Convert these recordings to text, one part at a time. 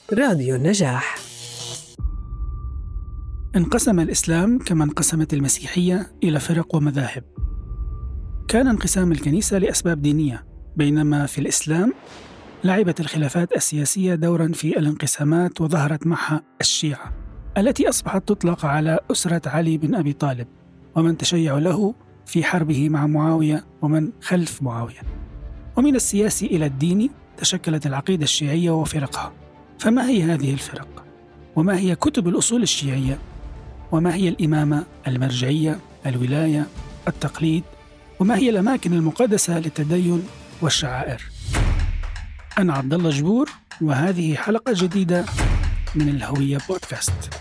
راديو النجاح. انقسم الإسلام كما انقسمت المسيحية إلى فرق ومذاهب. كان انقسام الكنيسة لأسباب دينية، بينما في الإسلام لعبت الخلافات السياسية دورا في الانقسامات، وظهرت معها الشيعة التي أصبحت تطلق على أسرة علي بن أبي طالب ومن تشيع له في حربه مع معاوية ومن خلف معاوية. ومن السياسي إلى الديني تشكلت العقيدة الشيعية وفرقها. فما هي هذه الفرق؟ وما هي كتب الأصول الشيعية؟ وما هي الإمامة، المرجعية، الولاية، التقليد؟ وما هي الأماكن المقدسة للتدين والشعائر؟ أنا عبد الله جبور، وهذه حلقة جديدة من الهوية بودكاست.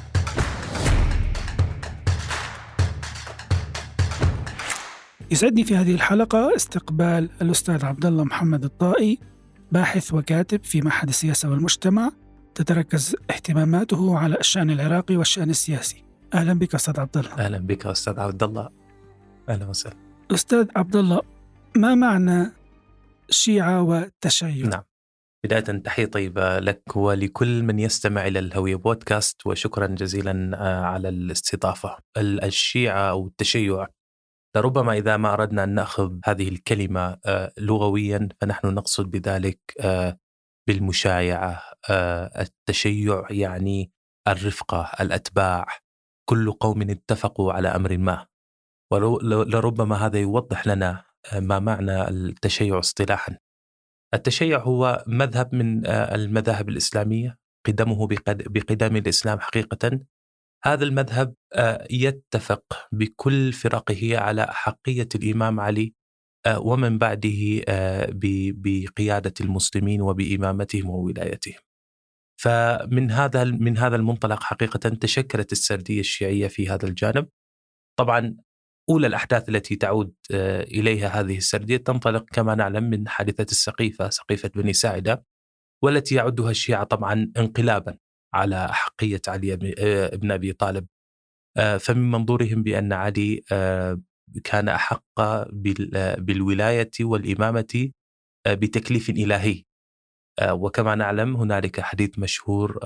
يسعدني في هذه الحلقة استقبال الأستاذ عبد الله محمد الطائي، باحث وكاتب في معهد السياسة والمجتمع، تتركز اهتماماته على الشأن العراقي والشأن السياسي. أهلا بك أستاذ عبد الله. أهلا بك أستاذ عبد الله. أهلا وسهلا. أستاذ عبد الله، ما معنى شيعة وتشيع؟ نعم، بداية تحية طيبة لك ولكل من يستمع إلى الهوية بودكاست، وشكرا جزيلا على الاستضافة. الشيعة أو التشيع، لربما إذا ما أردنا أن نأخذ هذه الكلمة لغويا فنحن نقصد بذلك بالمشايعة. التشيع يعني الرفقة، الأتباع، كل قوم اتفقوا على أمر ما. ولربما هذا يوضح لنا ما معنى التشيع اصطلاحا. التشيع هو مذهب من المذاهب الإسلامية، قدمه بقدم الإسلام حقيقة. هذا المذهب يتفق بكل فرقه على أحقية الإمام علي ومن بعده بقيادة المسلمين وبإمامتهم وولايتهم. فمن هذا المنطلق حقيقة تشكلت السردية الشيعية في هذا الجانب. طبعا أولى الأحداث التي تعود إليها هذه السردية تنطلق كما نعلم من حادثة السقيفة، سقيفة بني ساعدة، والتي يعدها الشيعة طبعا انقلابا على أحقية علي بن أبي طالب. فمن منظورهم بأن علي كان أحق بالولاية والإمامة بتكليف إلهي. وكما نعلم هنالك حديث مشهور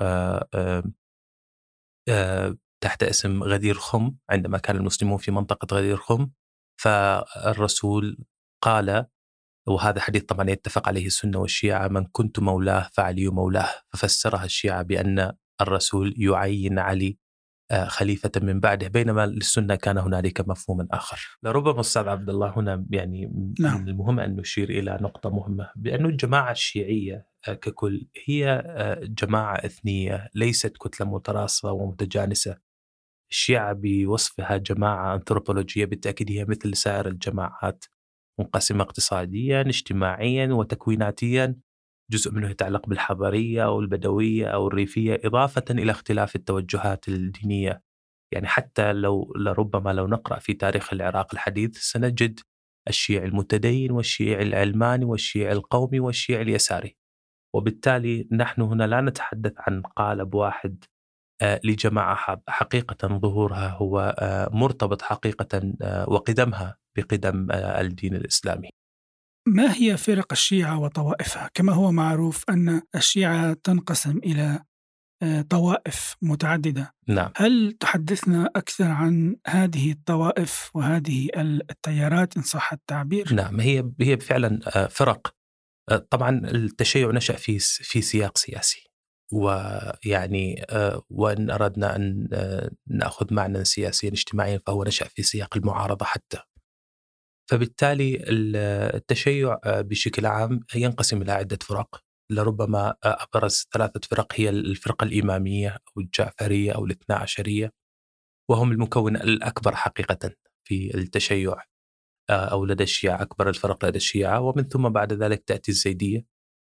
تحت اسم غدير خم، عندما كان المسلمون في منطقة غدير خم، فالرسول قال، وهذا حديث طبعا يتفق عليه السنة والشيعة: من كنت مولاه فعلي مولاه. ففسرها الشيعة بأن الرسول يعين علي خليفة من بعده، بينما للسنة كان هنالك مفهوم آخر. لربما أستاذ عبد الله هنا يعني من المهم أن نشير إلى نقطة مهمة، بأن الجماعة الشيعية ككل هي جماعة إثنية، ليست كتلة متراصة ومتجانسة. الشيعة بوصفها جماعة أنثروبولوجية، بالتأكيد هي مثل سائر الجماعات، منقسمة اقتصاديا، اجتماعيا، وتكويناتيا. جزء منه يتعلق بالحضرية أو البدوية أو الريفية، إضافة إلى اختلاف التوجهات الدينية. يعني حتى لربما لو نقرأ في تاريخ العراق الحديث سنجد الشيعي المتدين والشيعي العلماني والشيعي القومي والشيعي اليساري. وبالتالي نحن هنا لا نتحدث عن قالب واحد لجماعة حقيقة ظهورها هو مرتبط حقيقة وقدمها بقدم الدين الإسلامي. ما هي فرق الشيعة وطوائفها؟ كما هو معروف أن الشيعة تنقسم إلى طوائف متعددة. نعم. هل تحدثنا أكثر عن هذه الطوائف وهذه التيارات إن صح التعبير؟ نعم، هي فعلا فرق. طبعا التشيع نشأ في سياق سياسي، ويعني وإن أردنا أن نأخذ معنى سياسيا اجتماعيا فهو نشأ في سياق المعارضة حتى. فبالتالي التشيع بشكل عام ينقسم إلى عدة فرق. لربما أبرز 3 فرق هي الفرقة الإمامية أو الجعفرية أو الاثنا عشرية، وهم المكون الأكبر حقيقة في التشيع، أو لدى الشيعة أكبر الفرق لدى الشيعة. ومن ثم بعد ذلك تأتي الزيدية،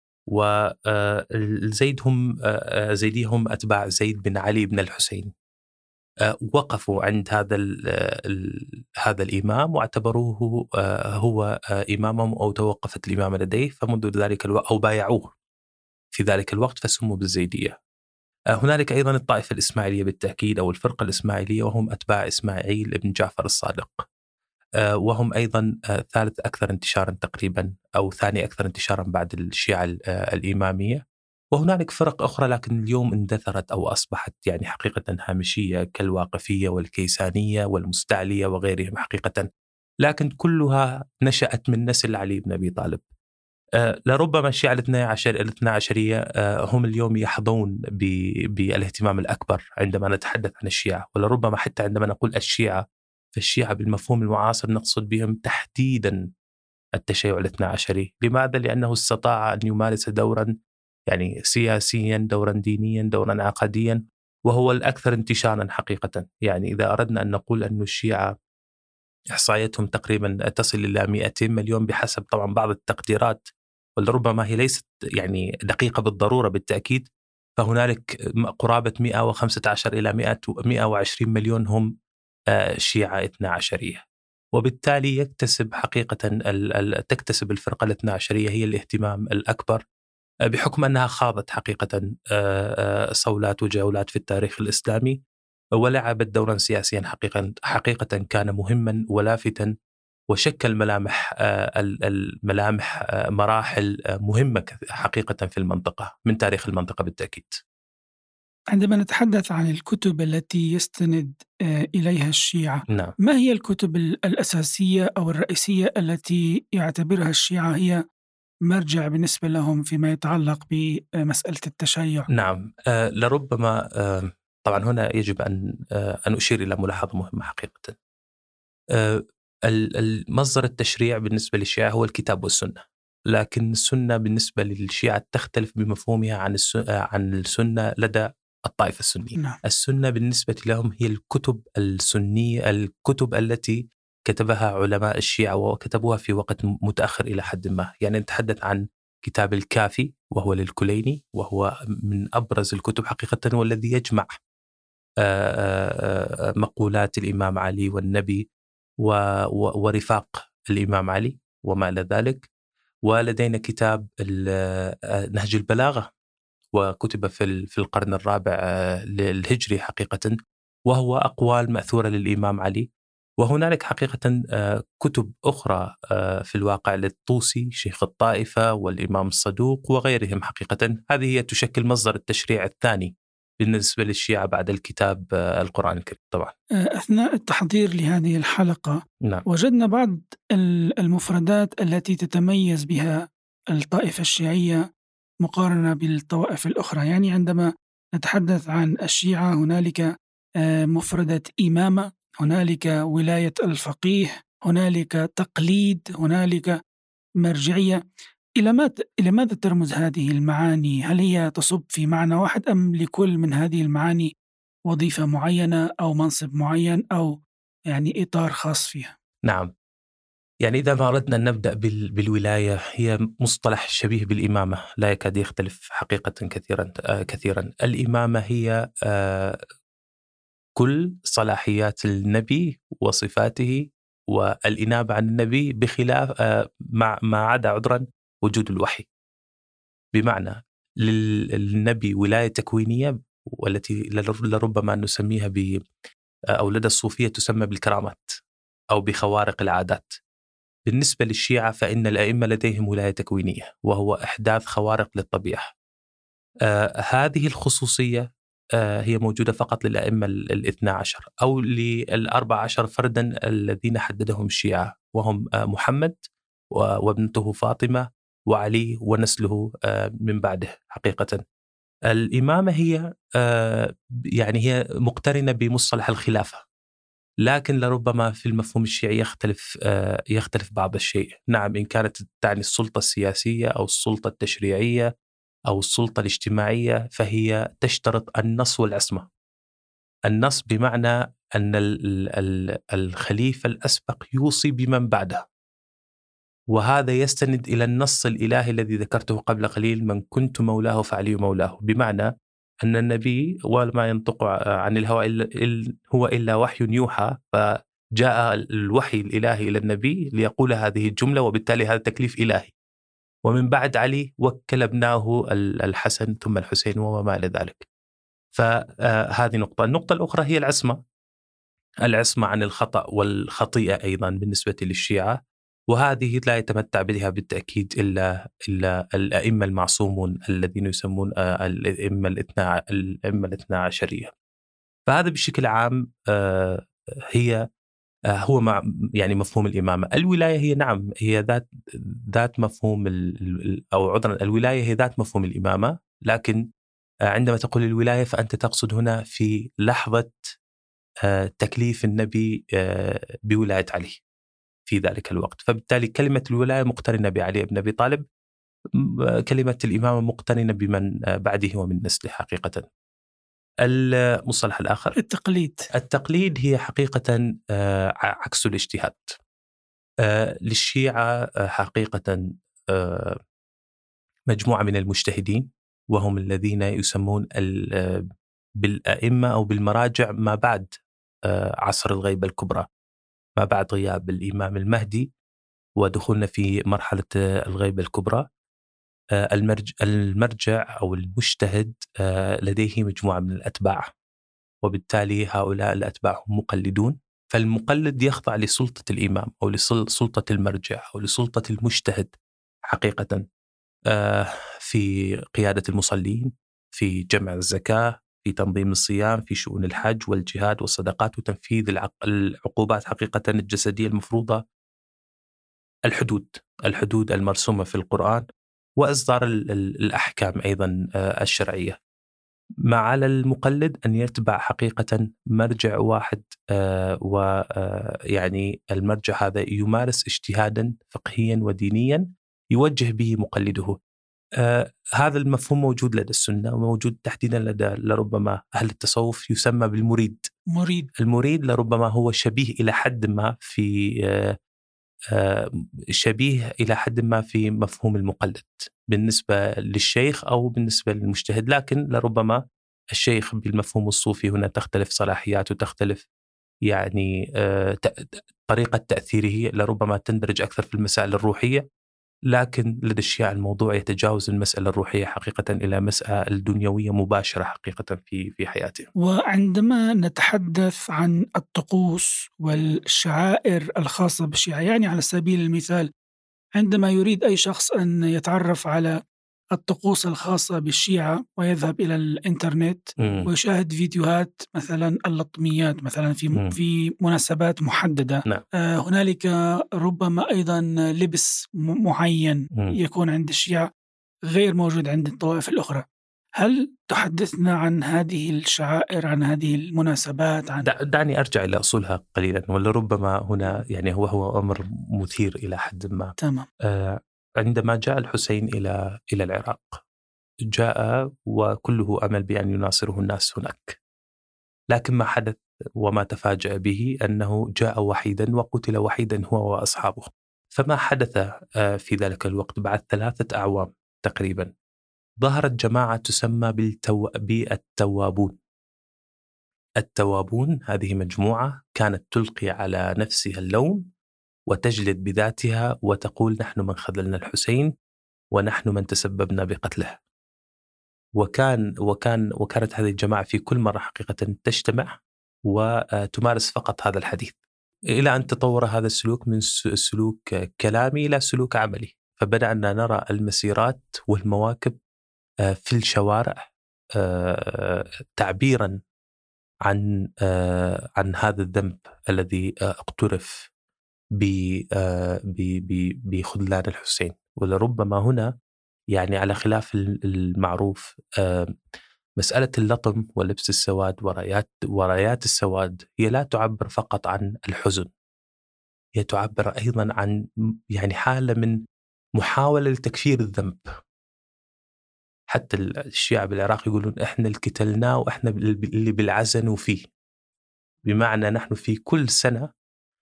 والزيد هم أتباع زيد بن علي بن الحسين. وقفوا عند هذا الإمام واعتبروه هو إمامهم، أو توقفت الإمامة لديه، فمنذ ذلك الوقت أو بايعوه في ذلك الوقت فسموا بالزيدية. هنالك أيضا الطائفة الإسماعيلية بالتأكيد، أو الفرقة الإسماعيلية، وهم أتباع إسماعيل بن جعفر الصادق، وهم أيضا ثالث أكثر انتشارا تقريبا، أو ثاني أكثر انتشارا بعد الشيعة الإمامية. وهنالك فرق أخرى لكن اليوم اندثرت أو أصبحت يعني حقيقة هامشية كالواقفية والكيسانية والمستعلية وغيرهم حقيقة، لكن كلها نشأت من نسل علي بن أبي طالب. لربما الشيعة الاثنى عشرية هم اليوم يحظون بالاهتمام الأكبر عندما نتحدث عن الشيعة، ولربما حتى عندما نقول الشيعة فالشيعة بالمفهوم المعاصر نقصد بهم تحديدا التشيع الاثنى عشري. لماذا؟ لأنه استطاع أن يمارس دورا يعني سياسيا، دورا دينيا، دورا عقديا، وهو الأكثر انتشارا حقيقة. يعني إذا أردنا أن نقول أن الشيعة إحصائيتهم تقريبا تصل إلى 200 مليون بحسب طبعا بعض التقديرات، ولربما هي ليست يعني دقيقة بالضرورة بالتأكيد، فهنالك قرابة 115 إلى 120 مليون هم شيعة اثنا عشرية، وبالتالي يكتسب حقيقة تكتسب الفرقة الاثنا عشرية هي الاهتمام الأكبر بحكم أنها خاضت حقيقة صولات وجولات في التاريخ الإسلامي، ولعبت دورا سياسيا حقيقة كان مهما ولافتا، وشكل الملامح مراحل مهمة حقيقة في المنطقة من تاريخ المنطقة بالتأكيد. عندما نتحدث عن الكتب التي يستند إليها الشيعة، نعم. ما هي الكتب الأساسية أو الرئيسية التي يعتبرها الشيعة هي مرجع بالنسبة لهم فيما يتعلق بمسألة التشيع؟ نعم. لربما طبعا هنا يجب أن أشير إلى ملاحظة مهمة حقيقة. المصدر التشريع بالنسبة للشيعة هو الكتاب والسنة، لكن السنة بالنسبة للشيعة تختلف بمفهومها عن السنة لدى الطائفة السنية. نعم. السنة بالنسبة لهم هي الكتب السنية، الكتب التي كتبها علماء الشيعة وكتبوها في وقت متأخر إلى حد ما. يعني نتحدث عن كتاب الكافي وهو للكليني، وهو من أبرز الكتب حقيقة، والذي يجمع مقولات الإمام علي والنبي ورفاق الإمام علي وما إلى ذلك. ولدينا كتاب نهج البلاغة، وكتب في القرن الرابع الهجري حقيقة، وهو أقوال مأثورة للإمام علي. وهنالك حقيقة كتب أخرى في الواقع للطوسي شيخ الطائفة والإمام الصدوق وغيرهم حقيقة. هذه هي تشكل مصدر التشريع الثاني بالنسبة للشيعة بعد الكتاب القرآن الكريم. طبعا أثناء التحضير لهذه الحلقة نعم. وجدنا بعض المفردات التي تتميز بها الطائفة الشيعية مقارنة بالطوائف الأخرى. يعني عندما نتحدث عن الشيعة هنالك مفردة إمامة، هنالك ولاية الفقيه، هنالك تقليد، هنالك مرجعية. إلى ماذا ترمز هذه المعاني؟ هل هي تصب في معنى واحد أم لكل من هذه المعاني وظيفة معينة أو منصب معين أو يعني إطار خاص فيها؟ نعم. يعني إذا ما أردنا أن نبدأ بالولاية، هي مصطلح شبيه بالإمامة، لا يكاد يختلف حقيقة كثيرا. الإمامة هي كل صلاحيات النبي وصفاته والإنابة عن النبي، بخلاف ما عدا عذرا وجود الوحي. بمعنى للنبي ولاية تكوينية، والتي لربما نسميها أو لدى الصوفية تسمى بالكرامات أو بخوارق العادات. بالنسبة للشيعة فإن الأئمة لديهم ولاية تكوينية، وهو إحداث خوارق للطبيعة. هذه الخصوصية هي موجودة فقط للأئمة الاثنى عشر أو لل14 فردا الذين حددهم الشيعة، وهم محمد وابنته فاطمة وعلي ونسله من بعده حقيقة. الإمامة هي يعني هي مقترنة بمصطلح الخلافة، لكن لربما في المفهوم الشيعي يختلف بعض الشيء. نعم، إن كانت تعني السلطة السياسية أو السلطة التشريعية أو السلطة الاجتماعية، فهي تشترط النص والعصمة. النص بمعنى أن الخليفة الأسبق يوصي بمن بعده، وهذا يستند إلى النص الإلهي الذي ذكرته قبل قليل: من كنت مولاه فعلي مولاه. بمعنى أن النبي وما ينطق عن الهوى هو إلا وحي يوحى، فجاء الوحي الإلهي إلى النبي ليقول هذه الجملة، وبالتالي هذا تكليف إلهي. ومن بعد علي وكل ابناه الحسن ثم الحسين وما إلى ذلك. فهذه نقطة. النقطة الأخرى هي العصمة عن الخطأ والخطيئة أيضا بالنسبة للشيعة. وهذه لا يتمتع بها بالتأكيد إلا الأئمة المعصومون الذين يسمون الأئمة الاثنا عشرية. فهذا بشكل عام هي هو يعني مفهوم الإمامة. الولاية هي نعم هي ذات مفهوم أو عذرا الولاية هي ذات مفهوم الإمامة، لكن عندما تقول الولاية فأنت تقصد هنا في لحظة تكليف النبي بولاية علي في ذلك الوقت، فبالتالي كلمة الولاية مقترنة بعلي بن أبي طالب، كلمة الإمامة مقترنة بمن بعده ومن نسله حقيقة. المصطلح الآخر التقليد هي حقيقة عكس الاجتهاد. للشيعة حقيقة مجموعة من المجتهدين وهم الذين يسمون بالأئمة أو بالمراجع ما بعد عصر الغيبة الكبرى، ما بعد غياب الإمام المهدي ودخولنا في مرحلة الغيبة الكبرى. المرجع أو المجتهد لديه مجموعة من الأتباع، وبالتالي هؤلاء الأتباع هم مقلدون، فالمقلد يخضع لسلطة الإمام أو لسلطة المرجع أو لسلطة المجتهد حقيقة، في قيادة المصلين، في جمع الزكاة، في تنظيم الصيام، في شؤون الحج والجهاد والصدقات وتنفيذ العقوبات حقيقة الجسدية المفروضة، الحدود المرسومة في القرآن، وإصدار الأحكام أيضا الشرعية. ما على المقلد أن يتبع حقيقة مرجع واحد، ويعني المرجع هذا يمارس اجتهادا فقهيا ودينيا يوجه به مقلده. هذا المفهوم موجود لدى السنة وموجود تحديدا لدى لربما أهل التصوف، يسمى بالمريد. المريد لربما هو شبيه إلى حد ما في مفهوم المقلد بالنسبة للشيخ أو بالنسبة للمجتهد، لكن لربما الشيخ بالمفهوم الصوفي هنا تختلف صلاحياته، تختلف يعني طريقة تأثيره، لربما تندرج أكثر في المسائل الروحية، لكن لدى الشيعة الموضوع يتجاوز المسألة الروحية حقيقة إلى مسألة الدنيوية مباشرة حقيقة في حياته. وعندما نتحدث عن الطقوس والشعائر الخاصة بالشيعة، يعني على سبيل المثال عندما يريد أي شخص أن يتعرف على الطقوس الخاصة بالشيعة ويذهب إلى الإنترنت ويشاهد فيديوهات مثلا اللطميات مثلا في مناسبات محددة. نعم. هنالك ربما أيضا لبس معين يكون عند الشيعة غير موجود عند الطوائف الأخرى. هل تحدثنا عن هذه الشعائر، عن هذه المناسبات؟ دعني أرجع إلى أصولها قليلا، ولربما هنا يعني هو أمر مثير إلى حد ما. تمام. عندما جاء الحسين إلى العراق، جاء وكله أمل بأن يناصره الناس هناك، لكن ما حدث وما تفاجأ به أنه جاء وحيدا وقتل وحيدا هو وأصحابه. فما حدث في ذلك الوقت بعد 3 أعوام تقريبا، ظهرت جماعة تسمى بالتوابون. التوابون هذه مجموعة كانت تلقي على نفسها اللوم وتجلد بذاتها وتقول نحن من خذلنا الحسين ونحن من تسببنا بقتله. وكانت هذه الجماعة في كل مرة حقيقة تجتمع وتمارس فقط هذا الحديث، إلى أن تطور هذا السلوك من سلوك كلامي إلى سلوك عملي، فبدأنا نرى المسيرات والمواكب في الشوارع تعبيرا عن هذا الذنب الذي اقترف بخذلان الحسين. ولربما هنا يعني على خلاف المعروف، مسألة اللطم ولبس السواد ورايات السواد هي لا تعبر فقط عن الحزن، هي تعبر أيضا عن يعني حالة من محاولة لتكفير الذنب. حتى الشيعة بالعراق يقولون إحنا الكتلناه وإحنا اللي بالعزن فيه، بمعنى نحن في كل سنة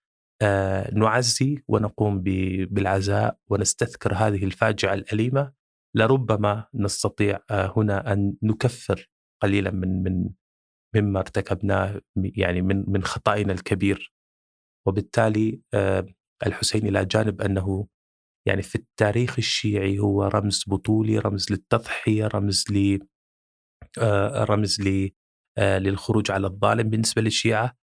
نعزي ونقوم بالعزاء ونستذكر هذه الفاجعة الأليمة، لربما نستطيع هنا أن نكفر قليلا مما ارتكبناه، يعني من خطأنا الكبير. وبالتالي الحسين إلى جانب أنه يعني في التاريخ الشيعي هو رمز بطولي، رمز للتضحية، رمز للخروج على الظالم بالنسبة للشيعة،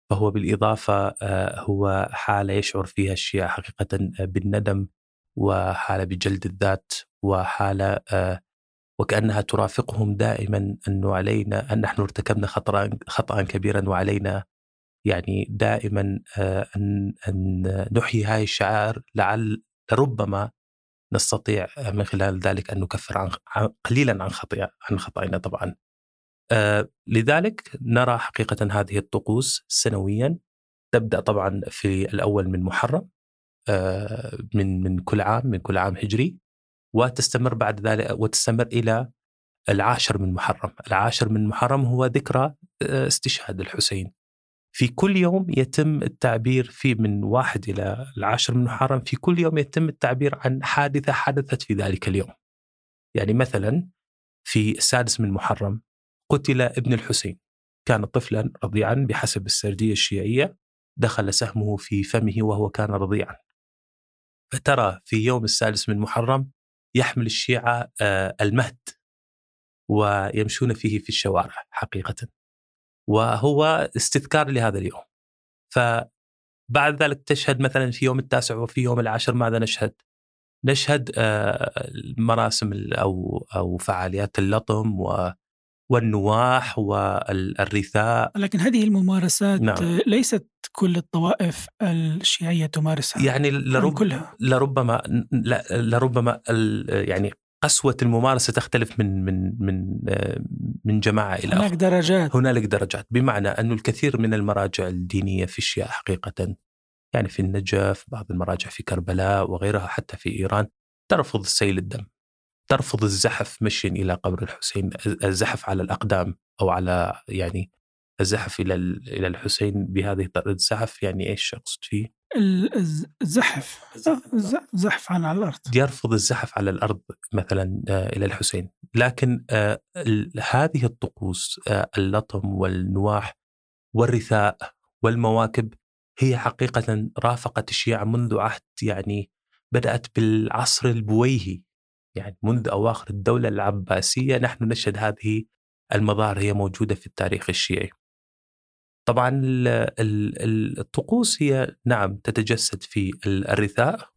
فهو بالإضافة هو حالة يشعر فيها الشيعة حقيقة بالندم، وحالة بجلد الذات، وحالة وكأنها ترافقهم دائما أنه علينا أن نحن ارتكبنا خطأ كبيرا، وعلينا يعني دائما أن نحيي هاي الشعائر لربما نستطيع من خلال ذلك أن نكفر قليلا عن خطأنا طبعا. لذلك نرى حقيقة هذه الطقوس سنويا، تبدأ طبعا في الأول من محرم من كل عام هجري، وتستمر بعد ذلك وتستمر إلى 10 من محرم. 10 من محرم هو ذكرى استشهاد الحسين. في كل يوم يتم التعبير فيه من 1 إلى 10 من محرم، في كل يوم يتم التعبير عن حادثة حدثت في ذلك اليوم. يعني مثلا في 6 من محرم قتل ابن الحسين، كان طفلا رضيعا بحسب السردية الشيعية، دخل سهمه في فمه وهو كان رضيعا. فترى في يوم 6 من محرم يحمل الشيعة المهد ويمشون فيه في الشوارع حقيقة، وهو استذكار لهذا اليوم. فبعد ذلك تشهد مثلا في يوم 9 وفي يوم 10 ماذا نشهد مراسم أو فعاليات اللطم والنواح والرثاء. لكن هذه الممارسات نعم. ليست كل الطوائف الشيعية تمارسها، يعني لربما يعني قسوة الممارسة تختلف من جماعة إلى هناك درجات. هنالك درجات، بمعنى أن الكثير من المراجع الدينية في الشيعة حقيقة، يعني في النجف، بعض المراجع في كربلاء وغيرها حتى في إيران، ترفض سيل الدم، ترفض الزحف مشيا إلى قبر الحسين، الزحف على الأقدام أو على يعني الزحف إلى الحسين بهذه الزحف. يعني إيش أقصد فيه؟ الزحف على الأرض. يرفض الزحف على الأرض مثلا إلى الحسين. لكن هذه الطقوس اللطم والنواح والرثاء والمواكب هي حقيقة رافقت الشيعة منذ عهد، يعني بدأت بالعصر البويهي، يعني منذ أواخر الدولة العباسية نحن نشهد هذه المظاهر، هي موجودة في التاريخ الشيعي. طبعا الطقوس هي نعم تتجسد في الرثاء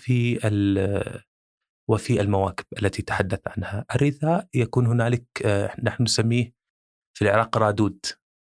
وفي المواكب التي تحدث عنها. الرثاء يكون هنالك نحن نسميه في العراق رادود،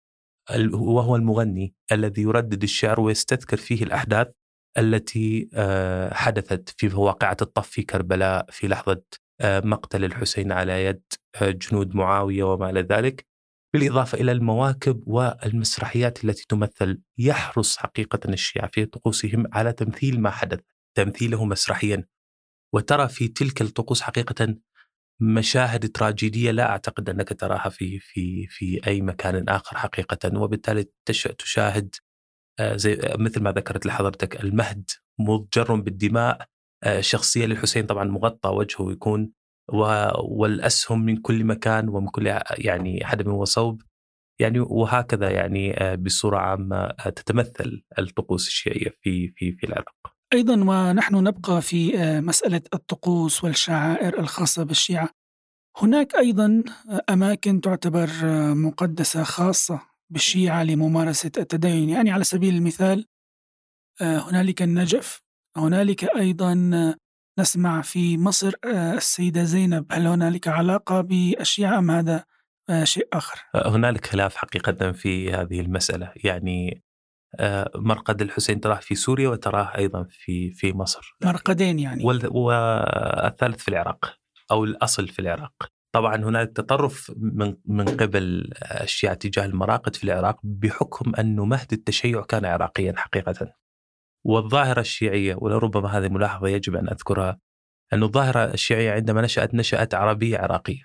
وهو المغني الذي يردد الشعر ويستذكر فيه الأحداث التي حدثت في واقعة الطف في كربلاء، في لحظة مقتل الحسين على يد جنود معاوية وما إلى ذلك، بالإضافة إلى المواكب والمسرحيات التي تمثل. يحرص حقيقة الشيعة في طقوسهم على تمثيل ما حدث، تمثيله مسرحيا، وترى في تلك الطقوس حقيقة مشاهد تراجيدية لا أعتقد أنك تراها في أي مكان آخر حقيقة. وبالتالي تشاهد زي مثل ما ذكرت لحضرتك المهد مضجر بالدماء، شخصية للحسين طبعا مغطى وجهه يكون، والأسهم من كل مكان ومن كل يعني حدب وصوب، يعني وهكذا يعني بصورة عامة تتمثل الطقوس الشيعية في العراق. أيضا ونحن نبقى في مسألة الطقوس والشعائر الخاصة بالشيعة، هناك أيضا أماكن تعتبر مقدسة خاصة بالشيعة لممارسة التدين. يعني على سبيل المثال هنالك النجف، هنالك أيضا نسمع في مصر السيدة زينب. هل هنالك علاقة بالشيعة أم هذا شيء آخر؟ هنالك خلاف حقيقة في هذه المسألة. يعني مرقد الحسين تراه في سوريا وتراه أيضا في مصر، مرقدين يعني، والثالث في العراق أو الأصل في العراق. طبعا هناك تطرف من قبل الشيعة تجاه المراقد في العراق بحكم أن مهد التشيع كان عراقيا حقيقة. والظاهرة الشيعية، ولربما هذه ملاحظة يجب أن أذكرها، أن الظاهرة الشيعية عندما نشأت عربية عراقية،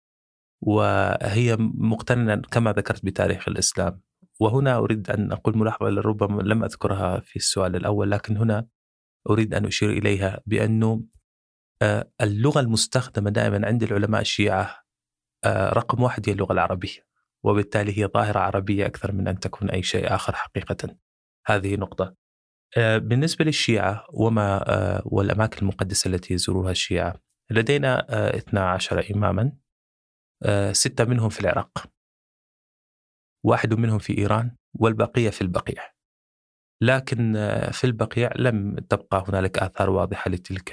وهي مقترنة كما ذكرت بتاريخ الإسلام. وهنا أريد أن أقول ملاحظة لربما لم أذكرها في السؤال الأول، لكن هنا أريد أن أشير إليها، بأنه اللغة المستخدمة دائما عند العلماء الشيعة رقم 1 هي اللغة العربية، وبالتالي هي ظاهرة عربية أكثر من أن تكون أي شيء آخر حقيقة. هذه نقطة. بالنسبة للشيعة والأماكن المقدسة التي يزورها الشيعة، لدينا 12 إماما، 6 منهم في العراق. واحد منهم في إيران والبقية في البقيع. لكن في البقيع لم تبقى هنالك آثار واضحة لتلك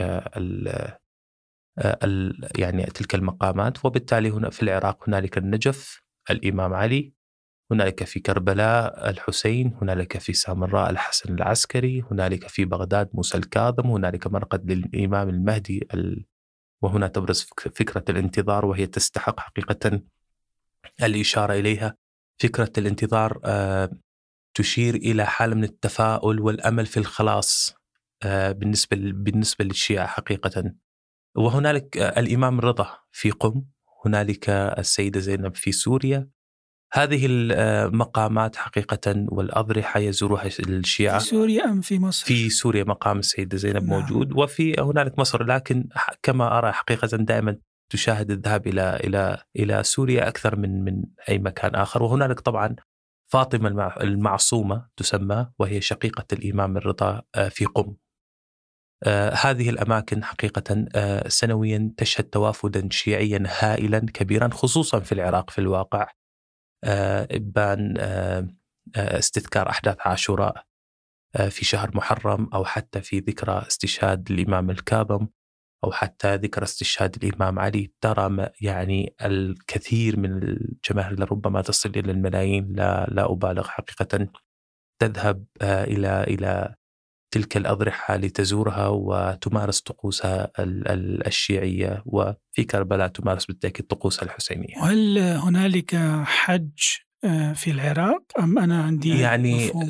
يعني تلك المقامات. وبالتالي هنا في العراق هنالك النجف الإمام علي، هنالك في كربلاء الحسين، هنالك في سامراء الحسن العسكري، هنالك في بغداد موسى الكاظم، هنالك مرقد للإمام المهدي وهنا تبرز فكرة الانتظار، وهي تستحق حقيقة الإشارة إليها. فكرة الانتظار تشير إلى حالة من التفاؤل والأمل في الخلاص بالنسبة للشيعة حقيقة. وهنالك الإمام الرضا في قم، هنالك السيدة زينب في سوريا. هذه المقامات حقيقة والأضرحة يزورها الشيعة. في سوريا أم في مصر؟ في سوريا مقام السيدة زينب موجود، وفي هنالك مصر. لكن كما أرى حقيقة دائما تشاهد الذهاب إلى سوريا أكثر من أي مكان آخر. وهنالك طبعا فاطمة المعصومة تسمى، وهي شقيقة الإمام الرضا في قم. هذه الأماكن حقيقة سنويا تشهد توافدا شيعيا هائلا كبيرا، خصوصا في العراق في الواقع. إبان استذكار أحداث عاشوراء في شهر محرم، أو حتى في ذكرى استشهاد الإمام الكاظم، أو حتى ذكرى استشهاد الإمام علي. ترى يعني الكثير من الجماهير لربما تصل إلى الملايين، لا أبالغ حقيقة، تذهب إلى تلك الأضرحة لتزورها وتمارس طقوسها الشيعية. وفي كربلاء تمارس بالتأكيد طقوسها الحسينية. وهل هنالك حج في العراق أم أنا عندي يعني مفهوم؟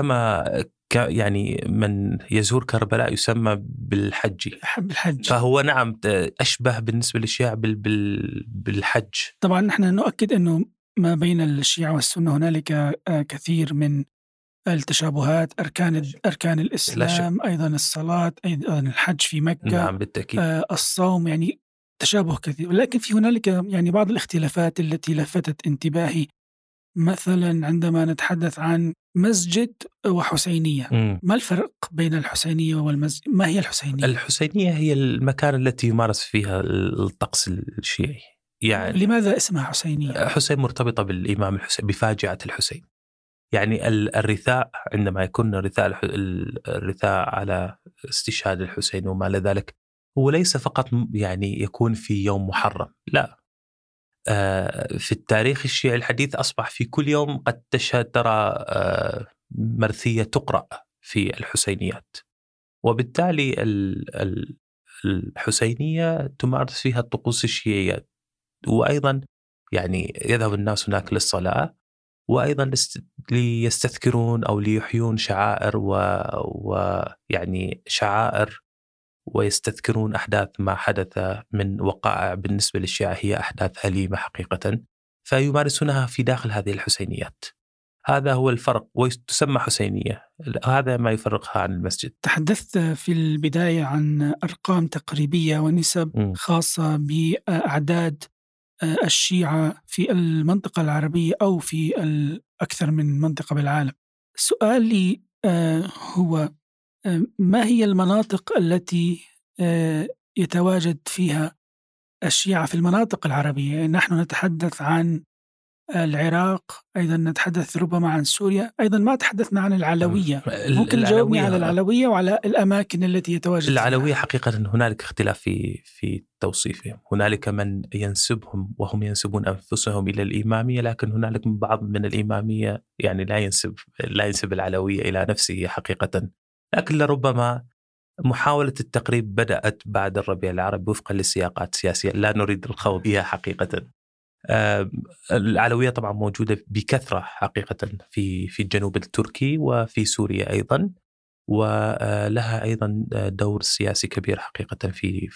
يعني من يزور كربلاء يسمى بالحج. بالحج. فهو نعم أشبه بالنسبة للشيعة بالحج. طبعا نحن نؤكد أنه ما بين الشيعة والسنة هنالك كثير من التشابهات، أركان الإسلام، أيضا الصلاة، أيضا الحج في مكة. نعم بالتأكيد. الصوم، يعني تشابه كثير. ولكن في هنالك يعني بعض الاختلافات التي لفتت انتباهي، مثلا عندما نتحدث عن مسجد وحسينية. ما الفرق بين الحسينية والمسجد؟ ما هي الحسينية؟ الحسينية هي المكان التي يمارس فيها الطقس الشيعي. يعني لماذا اسمها حسينية؟ حسين مرتبطة بالإمام الحسين، بفاجعة الحسين. يعني الرثاء، عندما يكون الرثاء على استشهاد الحسين وما إلى ذلك، هو ليس فقط يعني يكون في يوم محرم، لا. في التاريخ الشيعي الحديث أصبح في كل يوم قد ترى مرثية تقرأ في الحسينيات. وبالتالي الحسينية تمارس فيها الطقوس الشيعية. وأيضا يعني يذهب الناس هناك للصلاة، وأيضا ليستذكرون أو ليحيون شعائر ويعني شعائر، ويستذكرون أحداث ما حدث من وقائع بالنسبة للشيعة هي أحداث أليمة حقيقة، فيمارسونها في داخل هذه الحسينيات. هذا هو الفرق، وتسمى حسينية. هذا ما يفرقها عن المسجد. تحدثت في البداية عن أرقام تقريبية ونسب خاصة بأعداد الشيعة في المنطقة العربية أو في أكثر من منطقة بالعالم. سؤالي هو ما هي المناطق التي يتواجد فيها الشيعة في المناطق العربية؟ نحن نتحدث عن العراق، أيضا نتحدث ربما عن سوريا، أيضا ما تحدثنا عن العلوية. ممكن تجاوبني على العلوية وعلى الأماكن التي يتواجد العلوية فيها؟ حقيقة هنالك اختلاف في توصيفهم. هنالك من ينسبهم وهم ينسبون أنفسهم إلى الإمامية، لكن هنالك بعض من الإمامية يعني لا ينسب العلوية إلى نفسه حقيقة. لكن لربما محاولة التقريب بدأت بعد الربيع العربي وفقا للسياقات السياسية، لا نريد الخوض بها حقيقة. العلوية طبعا موجودة بكثرة حقيقة في الجنوب التركي وفي سوريا أيضا، ولها أيضا دور سياسي كبير حقيقة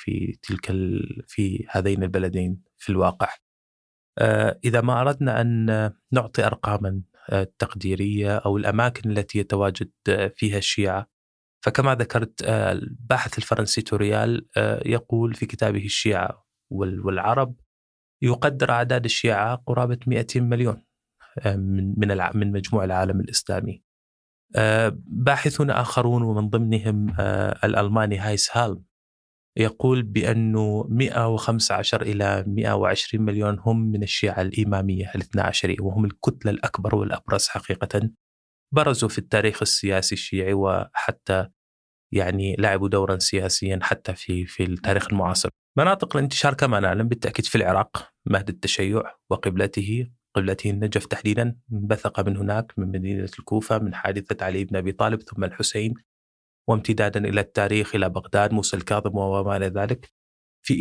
في هذين البلدين في الواقع. إذا ما أردنا أن نعطي أرقاما تقديرية أو الأماكن التي يتواجد فيها الشيعة، فكما ذكرت الباحث الفرنسي توريال يقول في كتابه الشيعة والعرب، يقدر أعداد الشيعة قرابة 200 مليون من مجموع العالم الإسلامي. باحثون آخرون ومن ضمنهم الألماني هايس هالم يقول بأنه 115 إلى 120 مليون هم من الشيعة الإمامية الاثنى عشرية، وهم الكتلة الأكبر والأبرز حقيقة، برزوا في التاريخ السياسي الشيعي، وحتى يعني لعبوا دورا سياسيا حتى في التاريخ المعاصر. مناطق الانتشار كما نعلم بالتأكيد في العراق، مهد التشيع وقبلته النجف تحديدا، انبثق من هناك من مدينة الكوفة من حادثة علي بن أبي طالب ثم الحسين، وامتدادا إلى التاريخ إلى بغداد موسى الكاظم وما إلى ذلك. في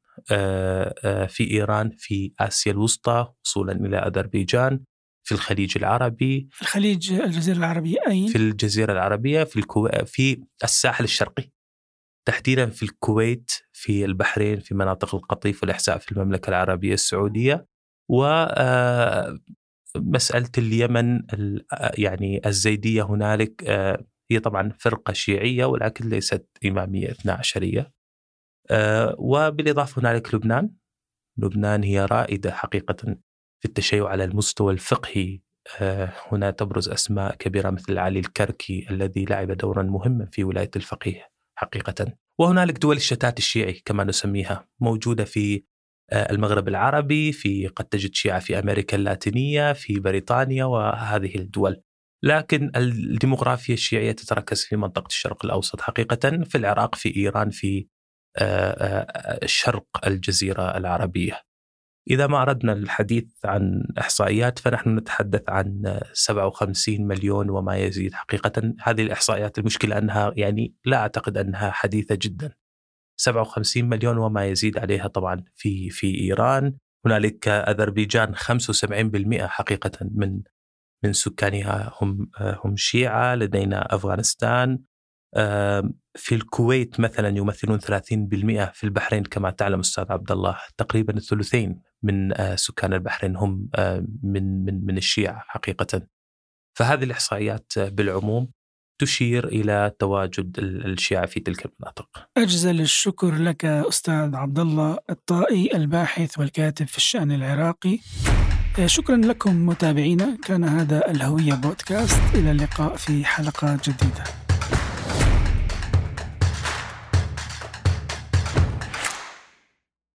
إيران، في آسيا الوسطى وصولا إلى أذربيجان، في الخليج العربي، في الخليج، الجزيرة العربية، في الجزيرة العربية، في الساحل الشرقي تحديدا، في الكويت، في البحرين، في مناطق القطيف والإحساء في المملكة العربية السعودية، ومسألة اليمن يعني الزيدية هنالك، هي طبعا فرقة شيعية ولكن ليست إمامية اثنا عشرية. وبالإضافة هنالك لبنان هي رائدة حقيقة في التشيع على المستوى الفقهي. هنا تبرز أسماء كبيرة مثل علي الكركي الذي لعب دورا مهما في ولاية الفقيه حقيقة. وهنالك دول الشتات الشيعي كما نسميها موجودة في المغرب العربي، قد تجد شيعة في أمريكا اللاتينية، في بريطانيا وهذه الدول. لكن الديموغرافيا الشيعية تتركز في منطقة الشرق الأوسط حقيقة، في العراق، في إيران، في شرق الجزيرة العربية. إذا ما أردنا الحديث عن إحصائيات فنحن نتحدث عن 57 مليون وما يزيد حقيقة. هذه الإحصائيات المشكلة أنها يعني لا أعتقد أنها حديثة جدا. 57 مليون وما يزيد عليها طبعا في إيران. هنالك أذربيجان 75% حقيقة من سكانها هم شيعة. لدينا أفغانستان، في الكويت مثلا يمثلون 30%. في البحرين كما تعلم أستاذ عبد الله تقريبا الثلثين من سكان البحرين هم من الشيعة حقيقة. فهذه الإحصائيات بالعموم تشير إلى تواجد الشيعة في تلك المناطق. أجزل الشكر لك أستاذ عبد الله الطائي، الباحث والكاتب في الشأن العراقي. شكرا لكم متابعينا، كان هذا الهوية بودكاست، إلى اللقاء في حلقة جديدة.